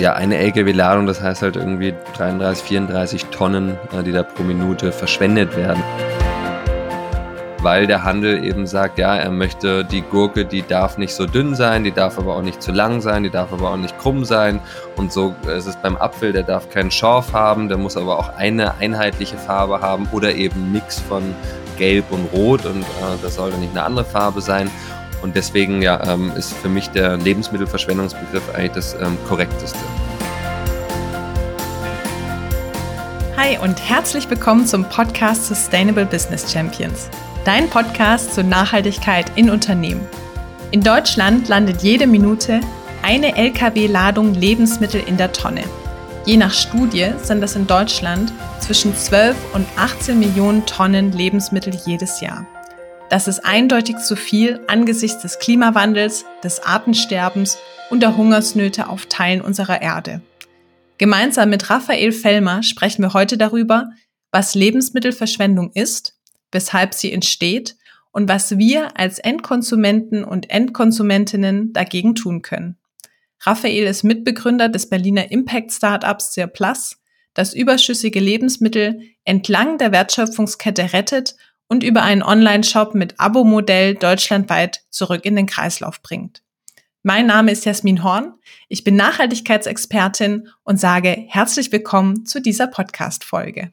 eine LKW-Ladung, das heißt halt irgendwie 33, 34 Tonnen, die da pro Minute verschwendet werden. Weil der Handel eben sagt, ja, er möchte die Gurke, die darf nicht so dünn sein, die darf aber auch nicht zu lang sein, die darf aber auch nicht krumm sein. Und so ist es beim Apfel, der darf keinen Schorf haben, der muss aber auch eine einheitliche Farbe haben oder eben einen Mix von Gelb und Rot und das soll dann nicht eine andere Farbe sein. Und deswegen ist für mich der Lebensmittelverschwendungsbegriff eigentlich das korrekteste. Hi und herzlich willkommen zum Podcast Sustainable Business Champions. Dein Podcast zur Nachhaltigkeit in Unternehmen. In Deutschland landet jede Minute eine LKW-Ladung Lebensmittel in der Tonne. Je nach Studie sind das in Deutschland zwischen 12 und 18 Millionen Tonnen Lebensmittel jedes Jahr. Das ist eindeutig zu viel angesichts des Klimawandels, des Artensterbens und der Hungersnöte auf Teilen unserer Erde. Gemeinsam mit Raphael Fellmer sprechen wir heute darüber, was Lebensmittelverschwendung ist, weshalb sie entsteht und was wir als Endkonsumenten und Endkonsumentinnen dagegen tun können. Raphael ist Mitbegründer des Berliner Impact-Startups Zirplus, das überschüssige Lebensmittel entlang der Wertschöpfungskette rettet und über einen Online-Shop mit Abo-Modell deutschlandweit zurück in den Kreislauf bringt. Mein Name ist Jasmin Horn, ich bin Nachhaltigkeitsexpertin und sage herzlich willkommen zu dieser Podcast-Folge.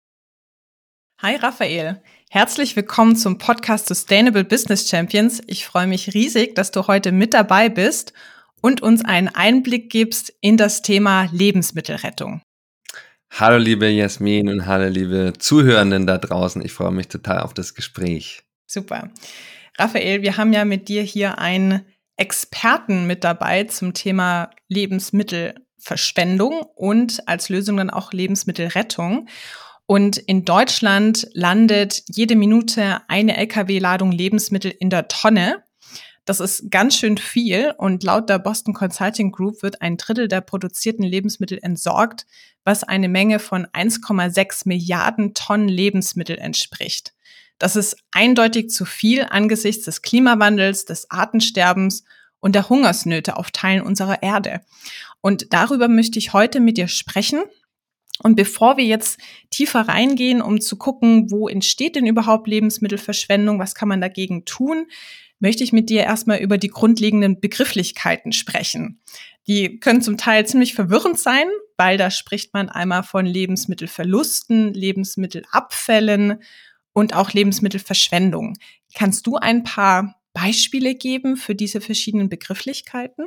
Hi Raphael, herzlich willkommen zum Podcast Sustainable Business Champions. Ich freue mich riesig, dass du heute mit dabei bist und uns einen Einblick gibst in das Thema Lebensmittelrettung. Hallo liebe Jasmin und hallo liebe Zuhörenden da draußen. Ich freue mich total auf das Gespräch. Super. Raphael, wir haben ja mit dir hier einen Experten mit dabei zum Thema Lebensmittelverschwendung und als Lösung dann auch Lebensmittelrettung. Und in Deutschland landet jede Minute eine LKW-Ladung Lebensmittel in der Tonne. Das ist ganz schön viel und laut der Boston Consulting Group wird ein Drittel der produzierten Lebensmittel entsorgt, was eine Menge von 1,6 Milliarden Tonnen Lebensmittel entspricht. Das ist eindeutig zu viel angesichts des Klimawandels, des Artensterbens und der Hungersnöte auf Teilen unserer Erde. Und darüber möchte ich heute mit dir sprechen. Und bevor wir jetzt tiefer reingehen, um zu gucken, wo entsteht denn überhaupt Lebensmittelverschwendung, was kann man dagegen tun, möchte ich mit dir erstmal über die grundlegenden Begrifflichkeiten sprechen. Die können zum Teil ziemlich verwirrend sein, weil da spricht man einmal von Lebensmittelverlusten, Lebensmittelabfällen und auch Lebensmittelverschwendung. Kannst du ein paar Beispiele geben für diese verschiedenen Begrifflichkeiten?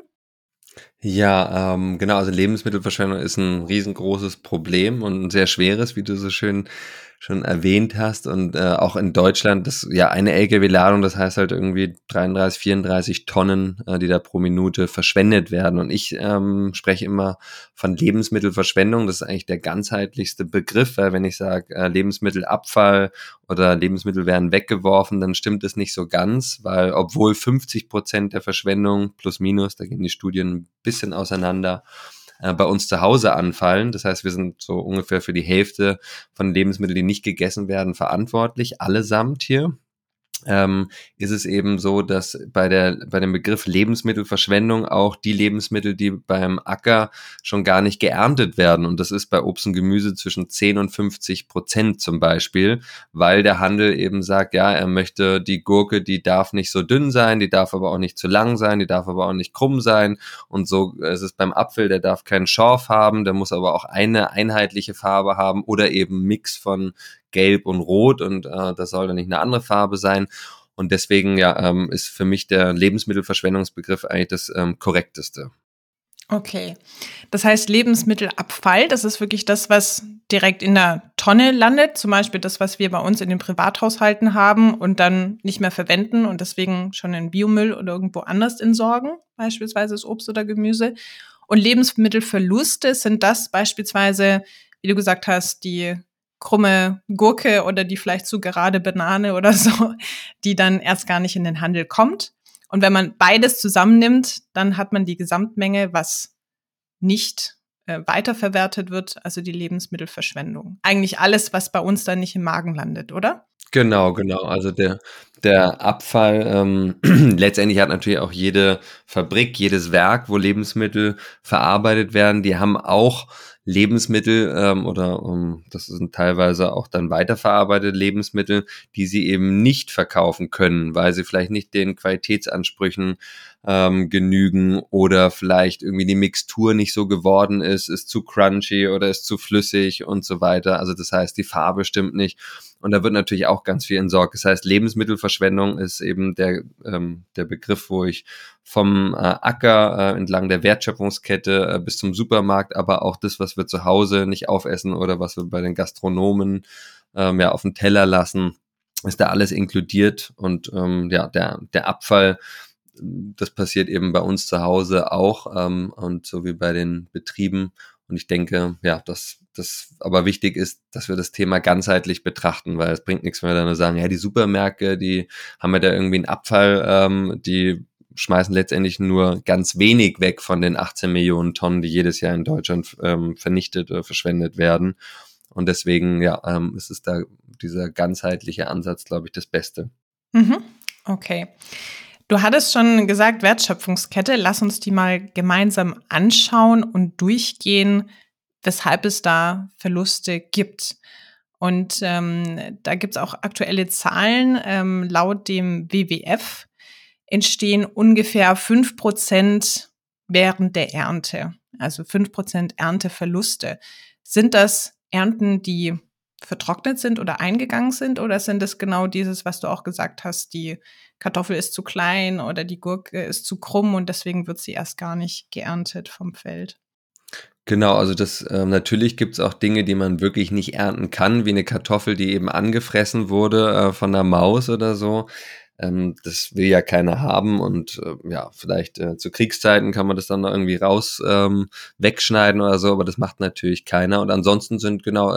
Ja, genau, also Lebensmittelverschwendung ist ein riesengroßes Problem und ein sehr schweres, wie du so schön schon erwähnt hast. Und auch in Deutschland, eine LKW-Ladung, das heißt halt irgendwie 33, 34 Tonnen, die da pro Minute verschwendet werden. Und ich spreche immer von Lebensmittelverschwendung. Das ist eigentlich der ganzheitlichste Begriff, weil wenn ich sage Lebensmittelabfall oder Lebensmittel werden weggeworfen, dann stimmt es nicht so ganz, weil obwohl 50% der Verschwendung plus minus, da gehen die Studien ein bisschen auseinander, bei uns zu Hause anfallen. Das heißt, wir sind so ungefähr für die Hälfte von Lebensmitteln, die nicht gegessen werden, verantwortlich, allesamt hier. Ist es eben so, dass bei dem Begriff Lebensmittelverschwendung auch die Lebensmittel, die beim Acker schon gar nicht geerntet werden, und das ist bei Obst und Gemüse zwischen 10 und 50% zum Beispiel, weil der Handel eben sagt, ja, er möchte die Gurke, die darf nicht so dünn sein, die darf aber auch nicht zu lang sein, die darf aber auch nicht krumm sein, und so ist es beim Apfel, der darf keinen Schorf haben, der muss aber auch eine einheitliche Farbe haben oder eben einen Mix von Gelb und Rot und das soll dann nicht eine andere Farbe sein. Und deswegen ist für mich der Lebensmittelverschwendungsbegriff eigentlich das korrekteste. Okay, das heißt Lebensmittelabfall, das ist wirklich das, was direkt in der Tonne landet, zum Beispiel das, was wir bei uns in den Privathaushalten haben und dann nicht mehr verwenden und deswegen schon in Biomüll oder irgendwo anders entsorgen, beispielsweise das Obst oder Gemüse. Und Lebensmittelverluste sind das beispielsweise, wie du gesagt hast, die krumme Gurke oder die vielleicht zu gerade Banane oder so, die dann erst gar nicht in den Handel kommt. Und wenn man beides zusammennimmt, dann hat man die Gesamtmenge, was nicht weiterverwertet wird, also die Lebensmittelverschwendung. Eigentlich alles, was bei uns dann nicht im Magen landet, oder? Genau, genau. Also der Abfall, letztendlich hat natürlich auch jede Fabrik, jedes Werk, wo Lebensmittel verarbeitet werden, die haben auch Lebensmittel das sind teilweise auch dann weiterverarbeitete Lebensmittel, die sie eben nicht verkaufen können, weil sie vielleicht nicht den Qualitätsansprüchen genügen oder vielleicht irgendwie die Mixtur nicht so geworden ist zu crunchy oder ist zu flüssig und so weiter. Also das heißt, die Farbe stimmt nicht. Und da wird natürlich auch ganz viel entsorgt. Das heißt, Lebensmittelverschwendung ist eben der Begriff, wo ich vom Acker entlang der Wertschöpfungskette bis zum Supermarkt, aber auch das, was wir zu Hause nicht aufessen oder was wir bei den Gastronomen auf den Teller lassen, ist da alles inkludiert. Und der Abfall, das passiert eben bei uns zu Hause auch und so wie bei den Betrieben. Und ich denke, ja, dass das aber wichtig ist, dass wir das Thema ganzheitlich betrachten, weil es bringt nichts, wenn wir dann nur sagen, ja, die Supermärkte, die haben ja da irgendwie einen Abfall, die schmeißen letztendlich nur ganz wenig weg von den 18 Millionen Tonnen, die jedes Jahr in Deutschland vernichtet oder verschwendet werden. Und deswegen, ist es da dieser ganzheitliche Ansatz, glaube ich, das Beste. Mhm. Okay. Du hattest schon gesagt, Wertschöpfungskette. Lass uns die mal gemeinsam anschauen und durchgehen, weshalb es da Verluste gibt. Und da gibt es auch aktuelle Zahlen. Laut dem WWF entstehen ungefähr 5% während der Ernte. Also 5% Ernteverluste. Sind das Ernten, die vertrocknet sind oder eingegangen sind? Oder sind es genau dieses, was du auch gesagt hast, die Kartoffel ist zu klein oder die Gurke ist zu krumm und deswegen wird sie erst gar nicht geerntet vom Feld? Genau, also das natürlich gibt's auch Dinge, die man wirklich nicht ernten kann, wie eine Kartoffel, die eben angefressen wurde von einer Maus oder so. Das will ja keiner haben und vielleicht zu Kriegszeiten kann man das dann noch irgendwie raus wegschneiden oder so, aber das macht natürlich keiner. Und ansonsten sind genau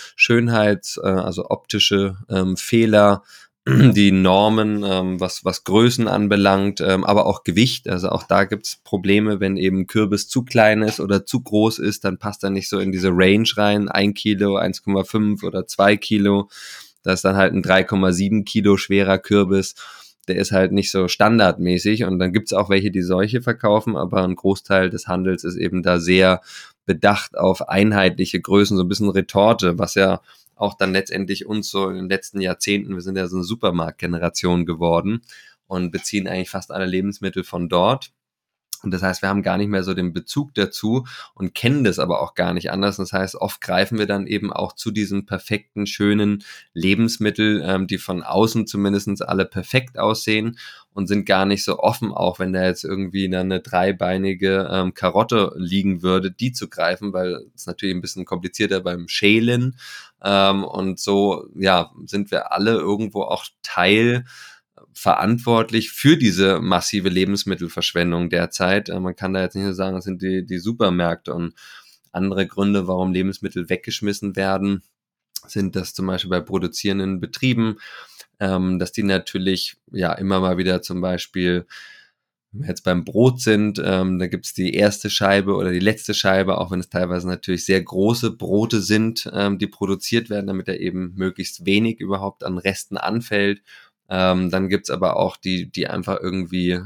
also optische Fehler, die Normen, was Größen anbelangt, aber auch Gewicht. Also auch da gibt's Probleme, wenn eben Kürbis zu klein ist oder zu groß ist, dann passt er nicht so in diese Range rein. 1 Kilo, 1,5 oder 2 Kilo. Da ist dann halt ein 3,7 Kilo schwerer Kürbis. Der ist halt nicht so standardmäßig. Und dann gibt's auch welche, die solche verkaufen, aber ein Großteil des Handels ist eben da sehr bedacht auf einheitliche Größen, so ein bisschen Retorte, was ja auch dann letztendlich uns so in den letzten Jahrzehnten, wir sind ja so eine Supermarktgeneration geworden und beziehen eigentlich fast alle Lebensmittel von dort. Und das heißt, wir haben gar nicht mehr so den Bezug dazu und kennen das aber auch gar nicht anders. Das heißt, oft greifen wir dann eben auch zu diesen perfekten, schönen Lebensmitteln, die von außen zumindest alle perfekt aussehen und sind gar nicht so offen, auch wenn da jetzt irgendwie dann eine dreibeinige Karotte liegen würde, die zu greifen, weil es natürlich ein bisschen komplizierter beim Schälen. Und so, sind wir alle irgendwo auch Teil verantwortlich für diese massive Lebensmittelverschwendung derzeit. Man kann da jetzt nicht nur sagen, das sind die Supermärkte und andere Gründe, warum Lebensmittel weggeschmissen werden, sind das zum Beispiel bei produzierenden Betrieben, dass die natürlich immer mal wieder zum Beispiel, wenn wir jetzt beim Brot sind, da gibt's die erste Scheibe oder die letzte Scheibe, auch wenn es teilweise natürlich sehr große Brote sind, die produziert werden, damit da eben möglichst wenig überhaupt an Resten anfällt. Dann gibt's aber auch die einfach irgendwie,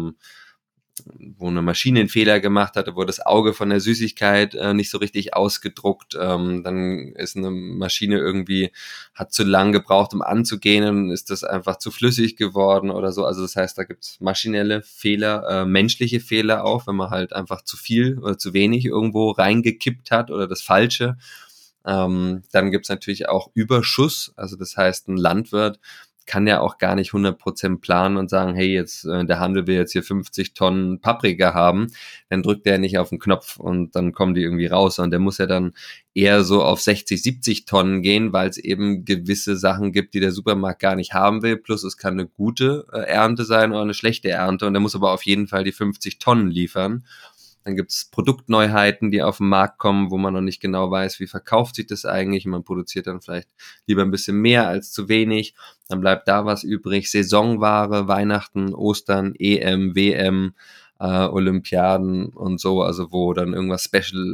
wo eine Maschine einen Fehler gemacht hatte, wo das Auge von der Süßigkeit nicht so richtig ausgedruckt. Dann ist eine Maschine irgendwie, hat zu lang gebraucht, um anzugehen, und ist das einfach zu flüssig geworden oder so. Also das heißt, da gibt's maschinelle Fehler, menschliche Fehler auch, wenn man halt einfach zu viel oder zu wenig irgendwo reingekippt hat oder das Falsche. Dann gibt's natürlich auch Überschuss. Also das heißt, ein Landwirt kann ja auch gar nicht 100% planen und sagen, hey, jetzt der Handel will jetzt hier 50 Tonnen Paprika haben, dann drückt der nicht auf den Knopf und dann kommen die irgendwie raus, und der muss ja dann eher so auf 60, 70 Tonnen gehen, weil es eben gewisse Sachen gibt, die der Supermarkt gar nicht haben will, plus es kann eine gute Ernte sein oder eine schlechte Ernte, und der muss aber auf jeden Fall die 50 Tonnen liefern. Dann gibt's Produktneuheiten, die auf den Markt kommen, wo man noch nicht genau weiß, wie verkauft sich das eigentlich. Man produziert dann vielleicht lieber ein bisschen mehr als zu wenig. Dann bleibt da was übrig. Saisonware, Weihnachten, Ostern, EM, WM, Olympiaden und so. Also wo dann irgendwas Special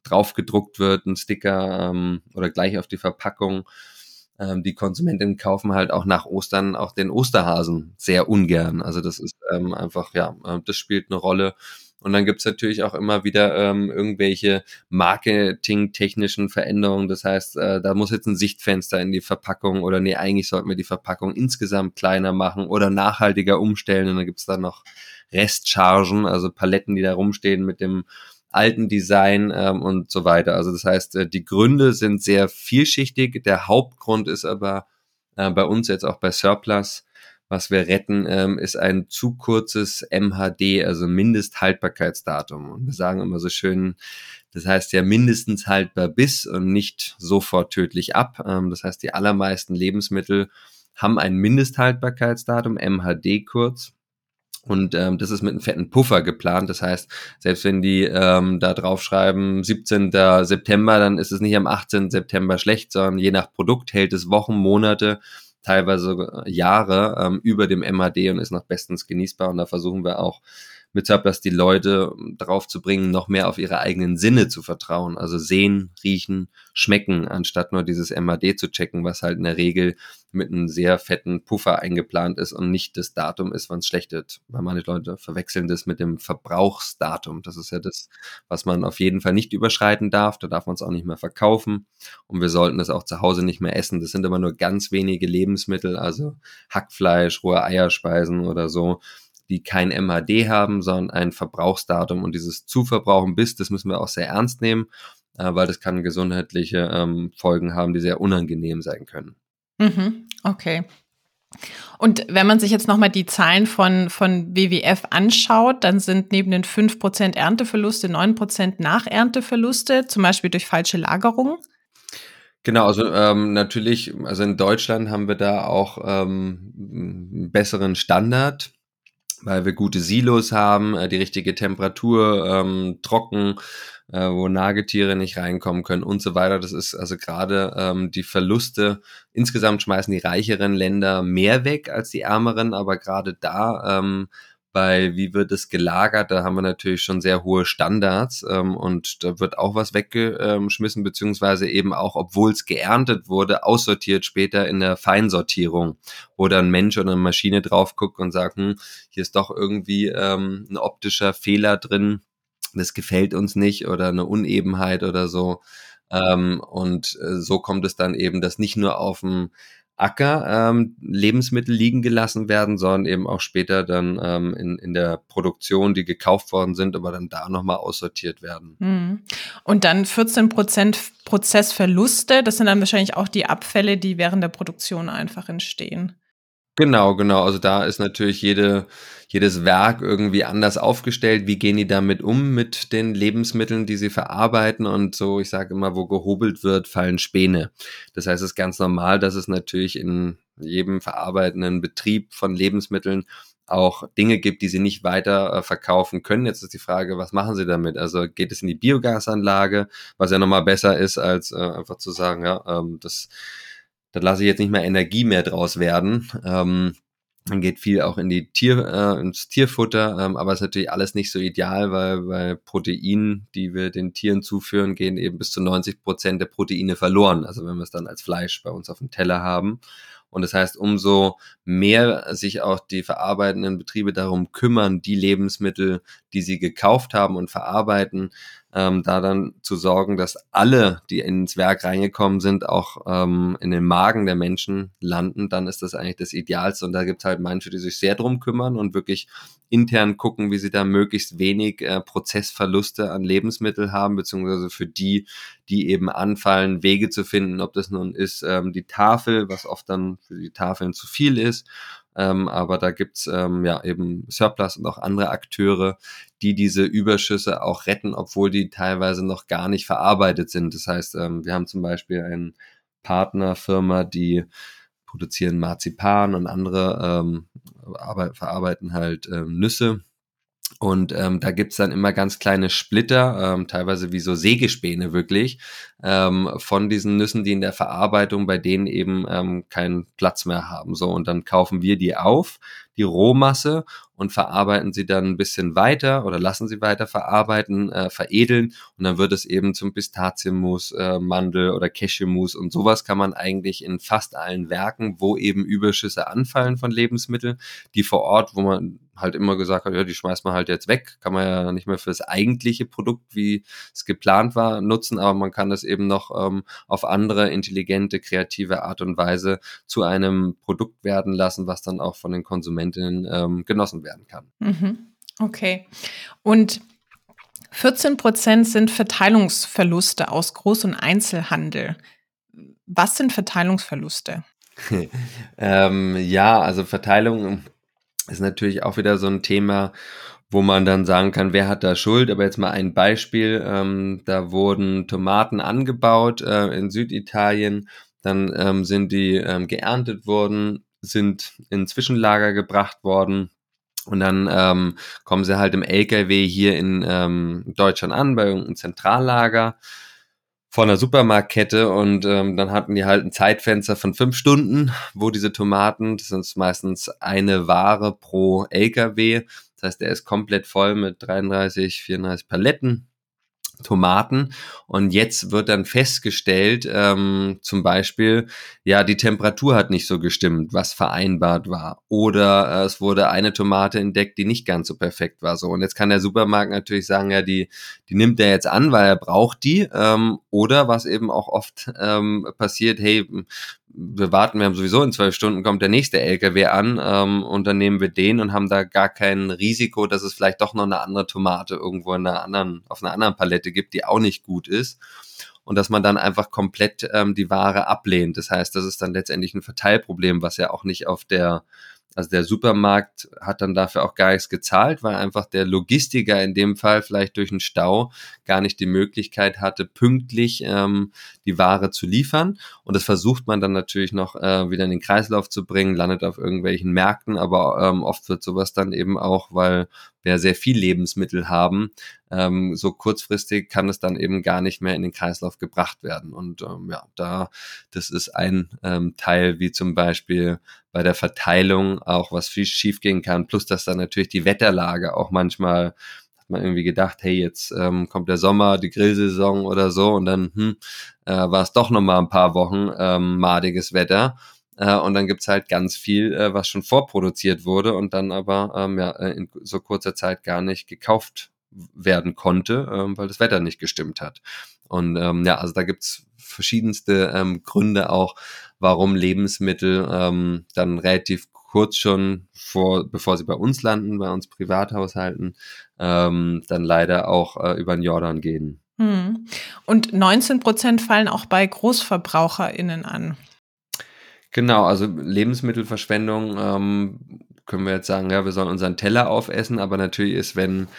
drauf gedruckt wird, ein Sticker oder gleich auf die Verpackung. Die Konsumentinnen kaufen halt auch nach Ostern auch den Osterhasen sehr ungern. Also das ist einfach, das spielt eine Rolle. Und dann gibt's natürlich auch immer wieder irgendwelche marketingtechnischen Veränderungen. Das heißt, da muss jetzt ein Sichtfenster in die Verpackung oder nee, eigentlich sollten wir die Verpackung insgesamt kleiner machen oder nachhaltiger umstellen. Und dann gibt's da noch Restchargen, also Paletten, die da rumstehen mit dem alten Design und so weiter. Also das heißt, die Gründe sind sehr vielschichtig. Der Hauptgrund ist aber bei uns jetzt auch bei Surplus, was wir retten, ist ein zu kurzes MHD, also Mindesthaltbarkeitsdatum. Und wir sagen immer so schön, das heißt ja mindestens haltbar bis und nicht sofort tödlich ab. Das heißt, die allermeisten Lebensmittel haben ein Mindesthaltbarkeitsdatum, MHD kurz. Und das ist mit einem fetten Puffer geplant. Das heißt, selbst wenn die da draufschreiben 17. September, dann ist es nicht am 18. September schlecht, sondern je nach Produkt hält es Wochen, Monate, teilweise sogar Jahre über dem MHD und ist noch bestens genießbar. Und da versuchen wir auch mit Surplus die Leute darauf zu bringen, noch mehr auf ihre eigenen Sinne zu vertrauen. Also sehen, riechen, schmecken, anstatt nur dieses MHD zu checken, was halt in der Regel mit einem sehr fetten Puffer eingeplant ist und nicht das Datum ist, wann es schlecht wird. Weil manche Leute verwechseln das mit dem Verbrauchsdatum. Das ist ja das, was man auf jeden Fall nicht überschreiten darf. Da darf man es auch nicht mehr verkaufen. Und wir sollten es auch zu Hause nicht mehr essen. Das sind immer nur ganz wenige Lebensmittel, also Hackfleisch, rohe Eierspeisen oder so, die kein MHD haben, sondern ein Verbrauchsdatum. Und dieses Zuverbrauchen bis, das müssen wir auch sehr ernst nehmen, weil das kann gesundheitliche Folgen haben, die sehr unangenehm sein können. Okay. Und wenn man sich jetzt nochmal die Zahlen von WWF anschaut, dann sind neben den 5% Ernteverluste 9% Nachernteverluste, zum Beispiel durch falsche Lagerung. Genau, also natürlich, also in Deutschland haben wir da auch einen besseren Standard, weil wir gute Silos haben, die richtige Temperatur, trocken, wo Nagetiere nicht reinkommen können und so weiter. Das ist also gerade die Verluste. Insgesamt schmeißen die reicheren Länder mehr weg als die ärmeren, aber gerade da, bei wie wird es gelagert, da haben wir natürlich schon sehr hohe Standards und da wird auch was weggeschmissen, beziehungsweise eben auch, obwohl es geerntet wurde, aussortiert später in der Feinsortierung, wo dann ein Mensch oder eine Maschine drauf guckt und sagt, hier ist doch irgendwie ein optischer Fehler drin, das gefällt uns nicht oder eine Unebenheit oder so. Und so kommt es dann eben, dass nicht nur auf dem Acker Lebensmittel liegen gelassen werden, sondern eben auch später dann in der Produktion, die gekauft worden sind, aber dann da nochmal aussortiert werden. Und dann 14% Prozessverluste, das sind dann wahrscheinlich auch die Abfälle, die während der Produktion einfach entstehen. Genau. Also da ist natürlich jedes Werk irgendwie anders aufgestellt. Wie gehen die damit um mit den Lebensmitteln, die sie verarbeiten? Und so, ich sage immer, wo gehobelt wird, fallen Späne. Das heißt, es ist ganz normal, dass es natürlich in jedem verarbeitenden Betrieb von Lebensmitteln auch Dinge gibt, die sie nicht weiter verkaufen können. Jetzt ist die Frage, was machen sie damit? Also geht es in die Biogasanlage, was ja nochmal besser ist, als einfach zu sagen, da lasse ich jetzt nicht mehr Energie mehr draus werden. Dann geht viel auch in die ins Tierfutter, aber es ist natürlich alles nicht so ideal, weil bei Proteinen, die wir den Tieren zuführen, gehen eben bis zu 90% der Proteine verloren. Also wenn wir es dann als Fleisch bei uns auf dem Teller haben. Und das heißt, umso mehr sich auch die verarbeitenden Betriebe darum kümmern, die Lebensmittel, die sie gekauft haben und verarbeiten, da dann zu sorgen, dass alle, die ins Werk reingekommen sind, auch in den Magen der Menschen landen, dann ist das eigentlich das Idealste. Und da gibt es halt manche, die sich sehr drum kümmern und wirklich intern gucken, wie sie da möglichst wenig Prozessverluste an Lebensmittel haben, beziehungsweise für die eben anfallen, Wege zu finden, ob das nun ist die Tafel, was oft dann für die Tafeln zu viel ist. Aber da gibt's eben Surplus und auch andere Akteure, die diese Überschüsse auch retten, obwohl die teilweise noch gar nicht verarbeitet sind. Das heißt, wir haben zum Beispiel eine Partnerfirma, die produzieren Marzipan und andere verarbeiten halt Nüsse. Und da gibt's dann immer ganz kleine Splitter, teilweise wie so Sägespäne wirklich, von diesen Nüssen, die in der Verarbeitung bei denen eben keinen Platz mehr haben. So, und dann kaufen wir die auf, die Rohmasse, und verarbeiten sie dann ein bisschen weiter oder lassen sie weiter verarbeiten, veredeln, und dann wird es eben zum Pistazienmus, Mandel- oder Cashewmus, und sowas kann man eigentlich in fast allen Werken, wo eben Überschüsse anfallen von Lebensmitteln, die vor Ort, wo man halt immer gesagt hat, ja, die schmeißt man halt jetzt weg, kann man ja nicht mehr für das eigentliche Produkt, wie es geplant war, nutzen, aber man kann das eben noch auf andere intelligente, kreative Art und Weise zu einem Produkt werden lassen, was dann auch von den Konsumentinnen genossen werden kann. Mhm. Okay. Und 14% sind Verteilungsverluste aus Groß- und Einzelhandel. Was sind Verteilungsverluste? Ja, also Verteilung ist natürlich auch wieder so ein Thema, wo man dann sagen kann, wer hat da Schuld? Aber jetzt mal ein Beispiel. Da wurden Tomaten angebaut in Süditalien, dann sind die geerntet worden, sind in Zwischenlager gebracht worden. Und dann kommen sie halt im LKW hier in Deutschland an, bei irgendeinem Zentrallager von der Supermarktkette, und dann hatten die halt ein Zeitfenster von 5 Stunden, wo diese Tomaten, das sind meistens eine Ware pro LKW, das heißt, der ist komplett voll mit 33, 34 Paletten Tomaten, und jetzt wird dann festgestellt, zum Beispiel, ja, die Temperatur hat nicht so gestimmt, was vereinbart war, oder es wurde eine Tomate entdeckt, die nicht ganz so perfekt war, so, und jetzt kann der Supermarkt natürlich sagen, ja, die nimmt er jetzt an, weil er braucht die, oder was eben auch oft passiert, hey, wir warten, wir haben sowieso in 12 Stunden kommt der nächste LKW an, und dann nehmen wir den und haben da gar kein Risiko, dass es vielleicht doch noch eine andere Tomate irgendwo auf einer anderen Palette gibt, die auch nicht gut ist. Und dass man dann einfach komplett die Ware ablehnt. Das heißt, das ist dann letztendlich ein Verteilproblem, was ja auch nicht also der Supermarkt hat dann dafür auch gar nichts gezahlt, weil einfach der Logistiker in dem Fall vielleicht durch einen Stau gar nicht die Möglichkeit hatte, pünktlich die Ware zu liefern. Und das versucht man dann natürlich noch wieder in den Kreislauf zu bringen, landet auf irgendwelchen Märkten, aber oft wird sowas dann eben auch, weil wir sehr viel Lebensmittel haben, so kurzfristig kann es dann eben gar nicht mehr in den Kreislauf gebracht werden. Und das ist ein Teil, wie zum Beispiel bei der Verteilung auch was viel schief gehen kann, plus dass dann natürlich die Wetterlage auch manchmal, hat man irgendwie gedacht, hey, jetzt kommt der Sommer, die Grillsaison oder so, und dann war es doch nochmal ein paar Wochen madiges Wetter. Und dann gibt's halt ganz viel, was schon vorproduziert wurde und dann aber in so kurzer Zeit gar nicht gekauft werden konnte, weil das Wetter nicht gestimmt hat. Und also da gibt's verschiedenste Gründe auch, warum Lebensmittel dann relativ kurz schon bevor sie bei uns landen, bei uns Privathaushalten, dann leider auch über den Jordan gehen. Hm. Und 19% fallen auch bei GroßverbraucherInnen an. Genau, also Lebensmittelverschwendung können wir jetzt sagen, ja, wir sollen unseren Teller aufessen, aber natürlich ist, wenn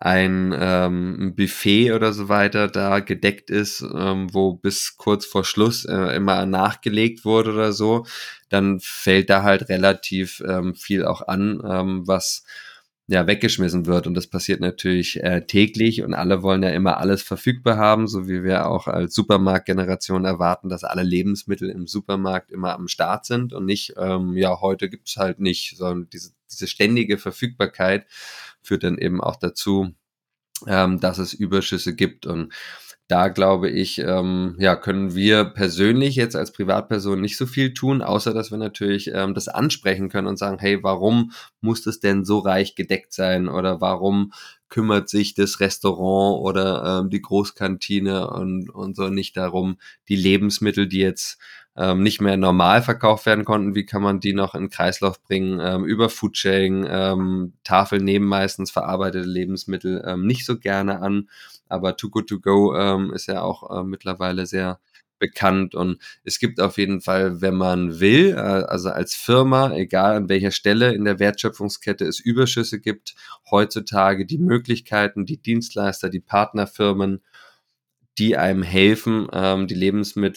ein Buffet oder so weiter da gedeckt ist, wo bis kurz vor Schluss immer nachgelegt wurde oder so, dann fällt da halt relativ viel auch an, was ja weggeschmissen wird, und das passiert natürlich täglich, und alle wollen ja immer alles verfügbar haben, so wie wir auch als Supermarktgeneration erwarten, dass alle Lebensmittel im Supermarkt immer am Start sind und nicht, heute gibt's halt nicht, sondern diese ständige Verfügbarkeit führt dann eben auch dazu, dass es Überschüsse gibt. Und da glaube ich, können wir persönlich jetzt als Privatperson nicht so viel tun, außer dass wir natürlich das ansprechen können und sagen, hey, warum muss das denn so reich gedeckt sein, oder warum kümmert sich das Restaurant oder die Großkantine und so nicht darum, die Lebensmittel, die jetzt nicht mehr normal verkauft werden konnten, wie kann man die noch in den Kreislauf bringen, über Foodsharing, Tafeln nehmen meistens verarbeitete Lebensmittel nicht so gerne an, aber Too Good To Go ist ja auch mittlerweile sehr bekannt, und es gibt auf jeden Fall, wenn man will, also als Firma, egal an welcher Stelle in der Wertschöpfungskette es Überschüsse gibt, heutzutage die Möglichkeiten, die Dienstleister, die Partnerfirmen, die einem helfen, die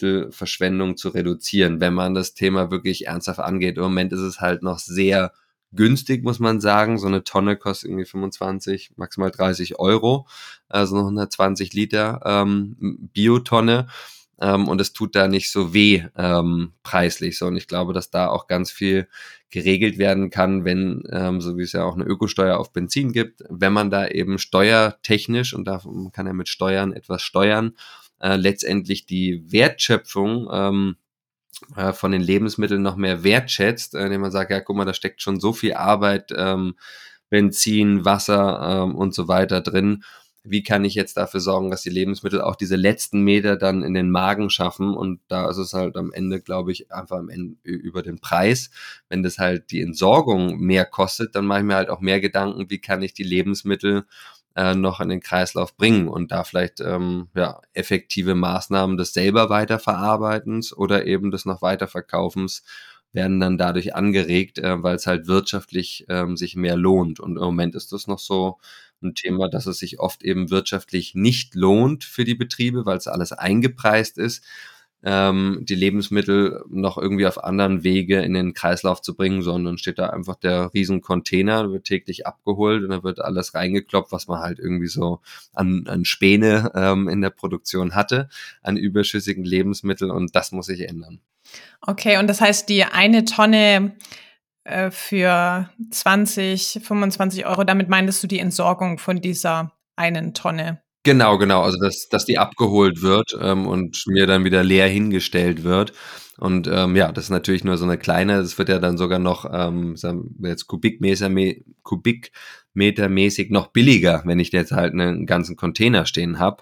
Lebensmittelverschwendung zu reduzieren, wenn man das Thema wirklich ernsthaft angeht. Im Moment ist es halt noch sehr günstig, muss man sagen. So eine Tonne kostet irgendwie 25, maximal 30 Euro, also eine 120 Liter Biotonne. Und es tut da nicht so weh preislich. So, und ich glaube, dass da auch ganz viel geregelt werden kann, wenn, so wie es ja auch eine Ökosteuer auf Benzin gibt, wenn man da eben steuertechnisch, und da kann ja mit Steuern etwas steuern, letztendlich die Wertschöpfung von den Lebensmitteln noch mehr wertschätzt, indem man sagt, ja, guck mal, da steckt schon so viel Arbeit, Benzin, Wasser und so weiter drin. Wie kann ich jetzt dafür sorgen, dass die Lebensmittel auch diese letzten Meter dann in den Magen schaffen? Und da ist es halt am Ende, glaube ich, einfach am Ende über den Preis. Wenn das halt die Entsorgung mehr kostet, dann mache ich mir halt auch mehr Gedanken, wie kann ich die Lebensmittel noch in den Kreislauf bringen und da vielleicht effektive Maßnahmen des selber Weiterverarbeitens oder eben des noch Weiterverkaufens werden dann dadurch angeregt, weil es halt wirtschaftlich sich mehr lohnt. Und im Moment ist das noch so ein Thema, dass es sich oft eben wirtschaftlich nicht lohnt für die Betriebe, weil es alles eingepreist ist, die Lebensmittel noch irgendwie auf anderen Wege in den Kreislauf zu bringen, sondern steht da einfach der riesen Container, wird täglich abgeholt und da wird alles reingekloppt, was man halt irgendwie so an Späne in der Produktion hatte, an überschüssigen Lebensmitteln, und das muss sich ändern. Okay, und das heißt, die eine Tonne für 20, 25 Euro, damit meintest du die Entsorgung von dieser einen Tonne? Genau. Also dass die abgeholt wird und mir dann wieder leer hingestellt wird. Und das ist natürlich nur so eine kleine, das wird ja dann sogar noch sagen wir jetzt kubikmetermäßig noch billiger, wenn ich jetzt halt einen ganzen Container stehen habe.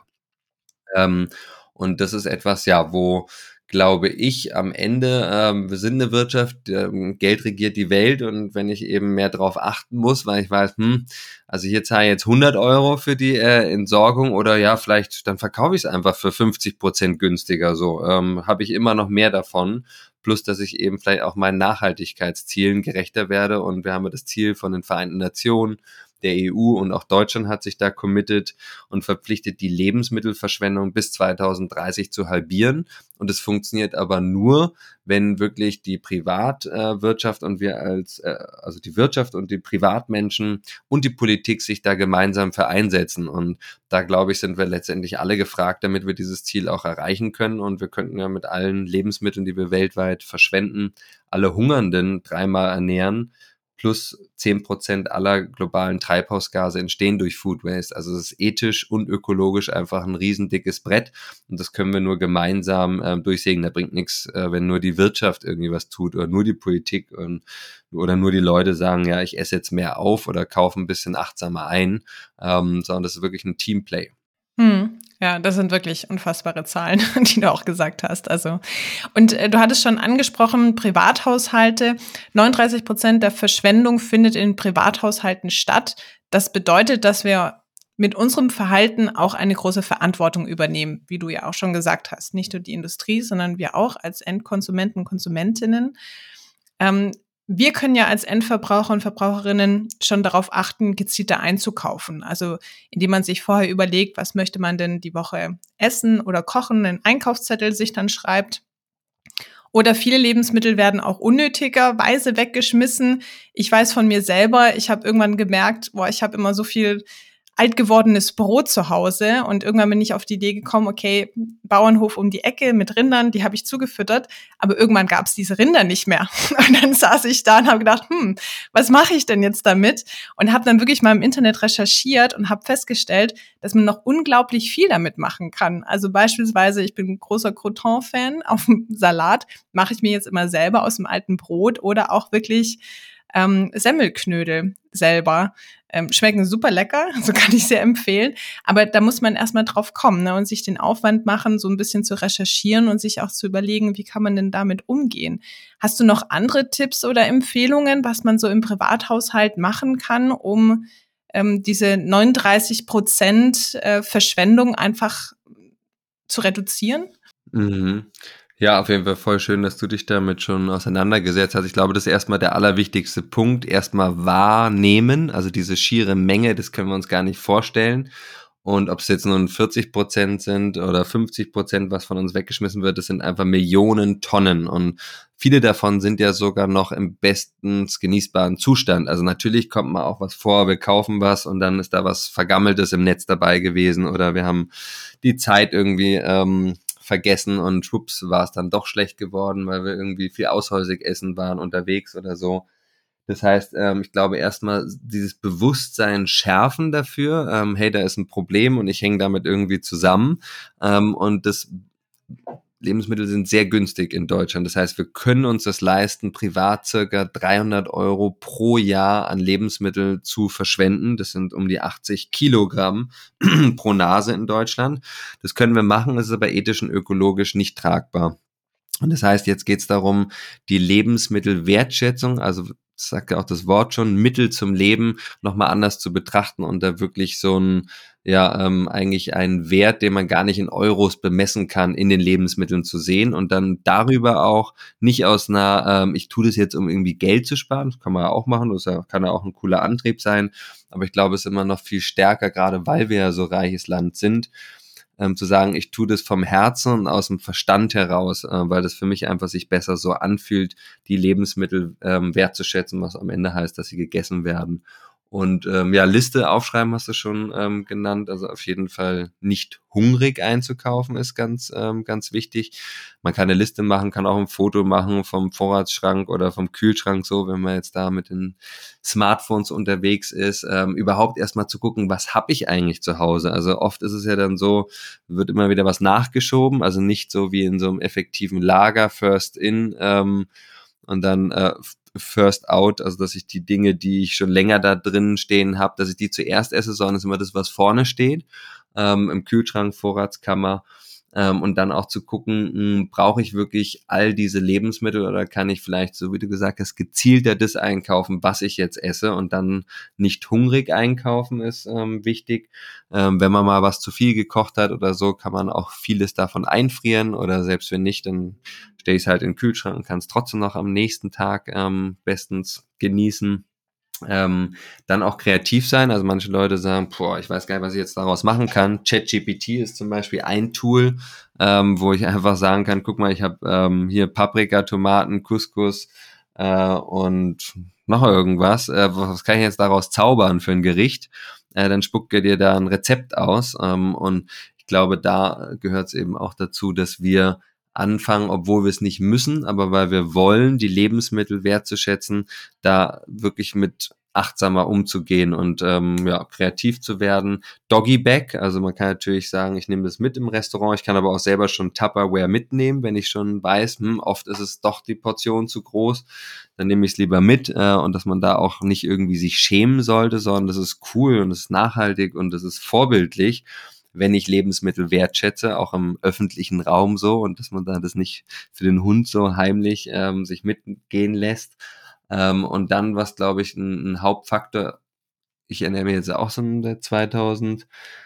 Und das ist etwas, ja, wo, glaube ich, am Ende, wir sind eine Wirtschaft, Geld regiert die Welt, und wenn ich eben mehr drauf achten muss, weil ich weiß, also hier zahle ich jetzt 100 Euro für die Entsorgung, oder ja, vielleicht dann verkaufe ich es einfach für 50% günstiger, so habe ich immer noch mehr davon, plus dass ich eben vielleicht auch meinen Nachhaltigkeitszielen gerechter werde, und wir haben ja das Ziel von den Vereinten Nationen, der EU, und auch Deutschland hat sich da committed und verpflichtet, die Lebensmittelverschwendung bis 2030 zu halbieren. Und es funktioniert aber nur, wenn wirklich die Privatwirtschaft und wir also die Wirtschaft und die Privatmenschen und die Politik sich da gemeinsam vereinsetzen. Und da, glaube ich, sind wir letztendlich alle gefragt, damit wir dieses Ziel auch erreichen können. Und wir könnten ja mit allen Lebensmitteln, die wir weltweit verschwenden, alle Hungernden 3-mal ernähren. Plus 10% aller globalen Treibhausgase entstehen durch Food Waste. Also es ist ethisch und ökologisch einfach ein riesendickes Brett, und das können wir nur gemeinsam durchsägen. Da bringt nichts, wenn nur die Wirtschaft irgendwie was tut oder nur die Politik oder nur die Leute sagen, ja, ich esse jetzt mehr auf oder kaufe ein bisschen achtsamer ein, sondern das ist wirklich ein Teamplay. Ja, das sind wirklich unfassbare Zahlen, die du auch gesagt hast. Also, und du hattest schon angesprochen, Privathaushalte. 39% der Verschwendung findet in Privathaushalten statt. Das bedeutet, dass wir mit unserem Verhalten auch eine große Verantwortung übernehmen, wie du ja auch schon gesagt hast. Nicht nur die Industrie, sondern wir auch als Endkonsumenten und Konsumentinnen. Wir können ja als Endverbraucher und Verbraucherinnen schon darauf achten, gezielter einzukaufen. Also indem man sich vorher überlegt, was möchte man denn die Woche essen oder kochen, einen Einkaufszettel sich dann schreibt. Oder viele Lebensmittel werden auch unnötigerweise weggeschmissen. Ich weiß von mir selber, ich habe irgendwann gemerkt, ich habe immer so viel alt gewordenes Brot zu Hause, und irgendwann bin ich auf die Idee gekommen, okay, Bauernhof um die Ecke mit Rindern, die habe ich zugefüttert, aber irgendwann gab es diese Rinder nicht mehr. Und dann saß ich da und habe gedacht, was mache ich denn jetzt damit? Und habe dann wirklich mal im Internet recherchiert und habe festgestellt, dass man noch unglaublich viel damit machen kann. Also beispielsweise, ich bin ein großer Croutons-Fan, auf dem Salat mache ich mir jetzt immer selber aus dem alten Brot, oder auch wirklich Semmelknödel selber. Schmecken super lecker, so kann ich sehr empfehlen. Aber da muss man erstmal drauf kommen, ne, und sich den Aufwand machen, so ein bisschen zu recherchieren und sich auch zu überlegen, wie kann man denn damit umgehen. Hast du noch andere Tipps oder Empfehlungen, was man so im Privathaushalt machen kann, um diese 39% Verschwendung einfach zu reduzieren? Mhm. Ja, auf jeden Fall voll schön, dass du dich damit schon auseinandergesetzt hast. Ich glaube, das ist erstmal der allerwichtigste Punkt. Erstmal wahrnehmen, also diese schiere Menge, das können wir uns gar nicht vorstellen. Und ob es jetzt nur 40% sind oder 50%, was von uns weggeschmissen wird, das sind einfach Millionen Tonnen. Und viele davon sind ja sogar noch im bestens genießbaren Zustand. Also natürlich kommt mal auch was vor, wir kaufen was und dann ist da was Vergammeltes im Netz dabei gewesen oder wir haben die Zeit irgendwie vergessen und schwupps war es dann doch schlecht geworden, weil wir irgendwie viel aushäusig essen waren unterwegs oder so. Das heißt, ich glaube erstmal dieses Bewusstsein schärfen dafür, hey, da ist ein Problem und ich hänge damit irgendwie zusammen. Und das Lebensmittel sind sehr günstig in Deutschland. Das heißt, wir können uns das leisten, privat circa 300 Euro pro Jahr an Lebensmittel zu verschwenden. Das sind um die 80 Kilogramm pro Nase in Deutschland. Das können wir machen, das ist aber ethisch und ökologisch nicht tragbar. Und das heißt, jetzt geht es darum, die Lebensmittelwertschätzung, also das sagt ja auch das Wort schon, Mittel zum Leben nochmal anders zu betrachten und da wirklich so ein, eigentlich einen Wert, den man gar nicht in Euros bemessen kann, in den Lebensmitteln zu sehen und dann darüber auch nicht aus einer, ich tue das jetzt, um irgendwie Geld zu sparen, das kann man ja auch machen, kann ja auch ein cooler Antrieb sein, aber ich glaube, es ist immer noch viel stärker, gerade weil wir ja so reiches Land sind, zu sagen, ich tue das vom Herzen und aus dem Verstand heraus, weil das für mich einfach sich besser so anfühlt, die Lebensmittel wertzuschätzen, was am Ende heißt, dass sie gegessen werden. Und Liste aufschreiben hast du schon genannt, also auf jeden Fall nicht hungrig einzukaufen ist ganz wichtig. Man kann eine Liste machen, kann auch ein Foto machen vom Vorratsschrank oder vom Kühlschrank, so wenn man jetzt da mit den Smartphones unterwegs ist, überhaupt erstmal zu gucken, was habe ich eigentlich zu Hause. Also oft ist es ja dann so, wird immer wieder was nachgeschoben, also nicht so wie in so einem effektiven Lager, First in und dann First out, also dass ich die Dinge, die ich schon länger da drin stehen habe, dass ich die zuerst esse, sondern es ist immer das, was vorne steht, im Kühlschrank, Vorratskammer. Und dann auch zu gucken, brauche ich wirklich all diese Lebensmittel oder kann ich vielleicht, so wie du gesagt hast, gezielter das einkaufen, was ich jetzt esse und dann nicht hungrig einkaufen ist wichtig. Wenn man mal was zu viel gekocht hat oder so, kann man auch vieles davon einfrieren oder selbst wenn nicht, dann stelle ich es halt in den Kühlschrank und kann es trotzdem noch am nächsten Tag bestens genießen. Dann auch kreativ sein, also manche Leute sagen, ich weiß gar nicht, was ich jetzt daraus machen kann. ChatGPT ist zum Beispiel ein Tool, wo ich einfach sagen kann, guck mal, ich habe hier Paprika, Tomaten, Couscous und noch irgendwas. Was kann ich jetzt daraus zaubern für ein Gericht? Dann spuckt er dir da ein Rezept aus und ich glaube, da gehört es eben auch dazu, dass wir anfangen, obwohl wir es nicht müssen, aber weil wir wollen, die Lebensmittel wertzuschätzen, da wirklich mit achtsamer umzugehen und kreativ zu werden. Doggy Bag, also man kann natürlich sagen, ich nehme das mit im Restaurant, ich kann aber auch selber schon Tupperware mitnehmen, wenn ich schon weiß, oft ist es doch die Portion zu groß, dann nehme ich es lieber mit und dass man da auch nicht irgendwie sich schämen sollte, sondern das ist cool und das ist nachhaltig und das ist vorbildlich, wenn ich Lebensmittel wertschätze, auch im öffentlichen Raum so und dass man da das nicht für den Hund so heimlich sich mitgehen lässt. Und dann, was glaube ich ein Hauptfaktor, ich ernähre mich jetzt auch so seit 2010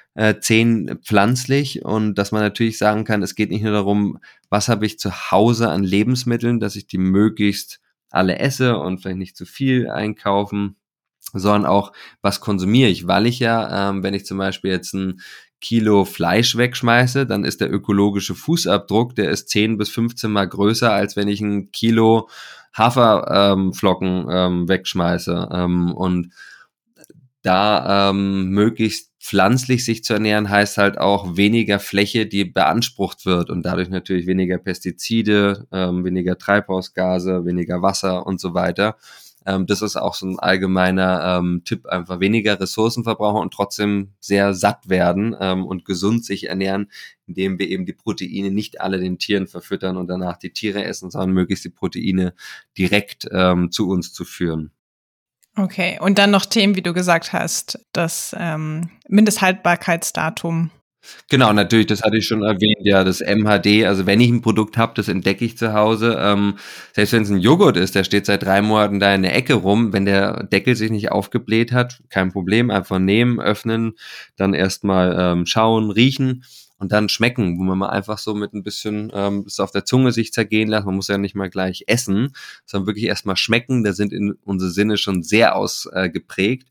pflanzlich und dass man natürlich sagen kann, es geht nicht nur darum, was habe ich zu Hause an Lebensmitteln, dass ich die möglichst alle esse und vielleicht nicht zu viel einkaufen, sondern auch, was konsumiere ich, weil ich ja, wenn ich zum Beispiel jetzt ein Kilo Fleisch wegschmeiße, dann ist der ökologische Fußabdruck, der ist 10 bis 15 Mal größer, als wenn ich ein Kilo Haferflocken wegschmeiße. Und da möglichst pflanzlich sich zu ernähren, heißt halt auch weniger Fläche, die beansprucht wird und dadurch natürlich weniger Pestizide, weniger Treibhausgase, weniger Wasser und so weiter. Das ist auch so ein allgemeiner Tipp, einfach weniger Ressourcen verbrauchen und trotzdem sehr satt werden und gesund sich ernähren, indem wir eben die Proteine nicht alle den Tieren verfüttern und danach die Tiere essen, sondern möglichst die Proteine direkt zu uns zu führen. Okay, und dann noch Themen, wie du gesagt hast, das Mindesthaltbarkeitsdatum. Genau, natürlich, das hatte ich schon erwähnt, ja, das MHD, also wenn ich ein Produkt habe, das entdecke ich zu Hause, selbst wenn es ein Joghurt ist, der steht seit 3 Monaten da in der Ecke rum, wenn der Deckel sich nicht aufgebläht hat, kein Problem, einfach nehmen, öffnen, dann erstmal schauen, riechen und dann schmecken, wo man mal einfach so mit ein bisschen es auf der Zunge sich zergehen lässt, man muss ja nicht mal gleich essen, sondern wirklich erstmal schmecken, da sind in unsere Sinne schon sehr ausgeprägt.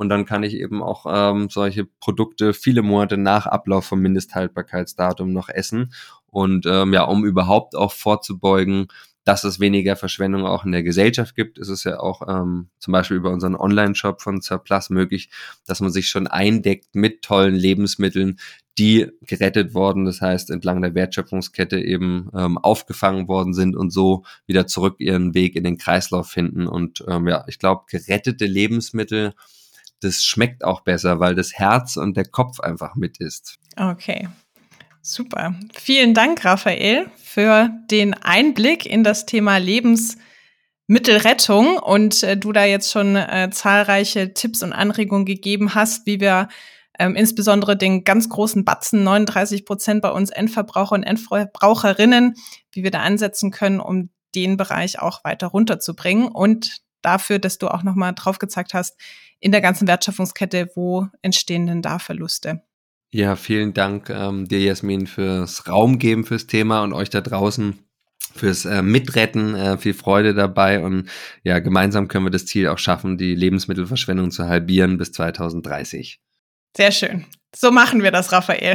und dann kann ich eben auch solche Produkte viele Monate nach Ablauf vom Mindesthaltbarkeitsdatum noch essen und um überhaupt auch vorzubeugen, dass es weniger Verschwendung auch in der Gesellschaft gibt, ist es ja auch zum Beispiel über unseren Online-Shop von Zerplus möglich, dass man sich schon eindeckt mit tollen Lebensmitteln, die gerettet worden, das heißt entlang der Wertschöpfungskette eben aufgefangen worden sind und so wieder zurück ihren Weg in den Kreislauf finden. Und ich glaube, gerettete Lebensmittel, das schmeckt auch besser, weil das Herz und der Kopf einfach mit ist. Okay. Super. Vielen Dank, Raphael, für den Einblick in das Thema Lebensmittelrettung und du da jetzt schon zahlreiche Tipps und Anregungen gegeben hast, wie wir insbesondere den ganz großen Batzen, 39% bei uns Endverbraucher und Endverbraucherinnen, wie wir da ansetzen können, um den Bereich auch weiter runterzubringen und dafür, dass du auch nochmal drauf gezeigt hast, in der ganzen Wertschöpfungskette, wo entstehen denn da Verluste? Ja, vielen Dank dir, Jasmin, fürs Raumgeben fürs Thema und euch da draußen fürs Mitretten. Viel Freude dabei und ja, gemeinsam können wir das Ziel auch schaffen, die Lebensmittelverschwendung zu halbieren bis 2030. Sehr schön. So machen wir das, Raphael.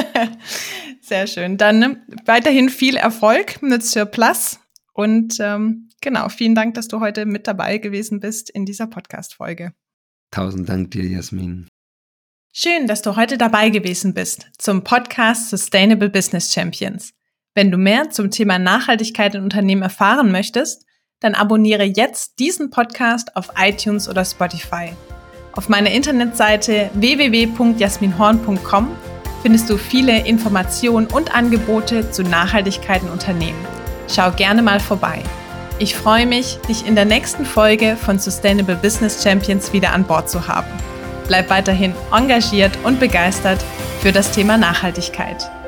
Sehr schön. Dann weiterhin viel Erfolg mit Zerplus und vielen Dank, dass du heute mit dabei gewesen bist in dieser Podcast-Folge. 1000 Dank dir, Jasmin. Schön, dass du heute dabei gewesen bist zum Podcast Sustainable Business Champions. Wenn du mehr zum Thema Nachhaltigkeit in Unternehmen erfahren möchtest, dann abonniere jetzt diesen Podcast auf iTunes oder Spotify. Auf meiner Internetseite www.jasminhorn.com findest du viele Informationen und Angebote zu Nachhaltigkeit in Unternehmen. Schau gerne mal vorbei. Ich freue mich, dich in der nächsten Folge von Sustainable Business Champions wieder an Bord zu haben. Bleib weiterhin engagiert und begeistert für das Thema Nachhaltigkeit.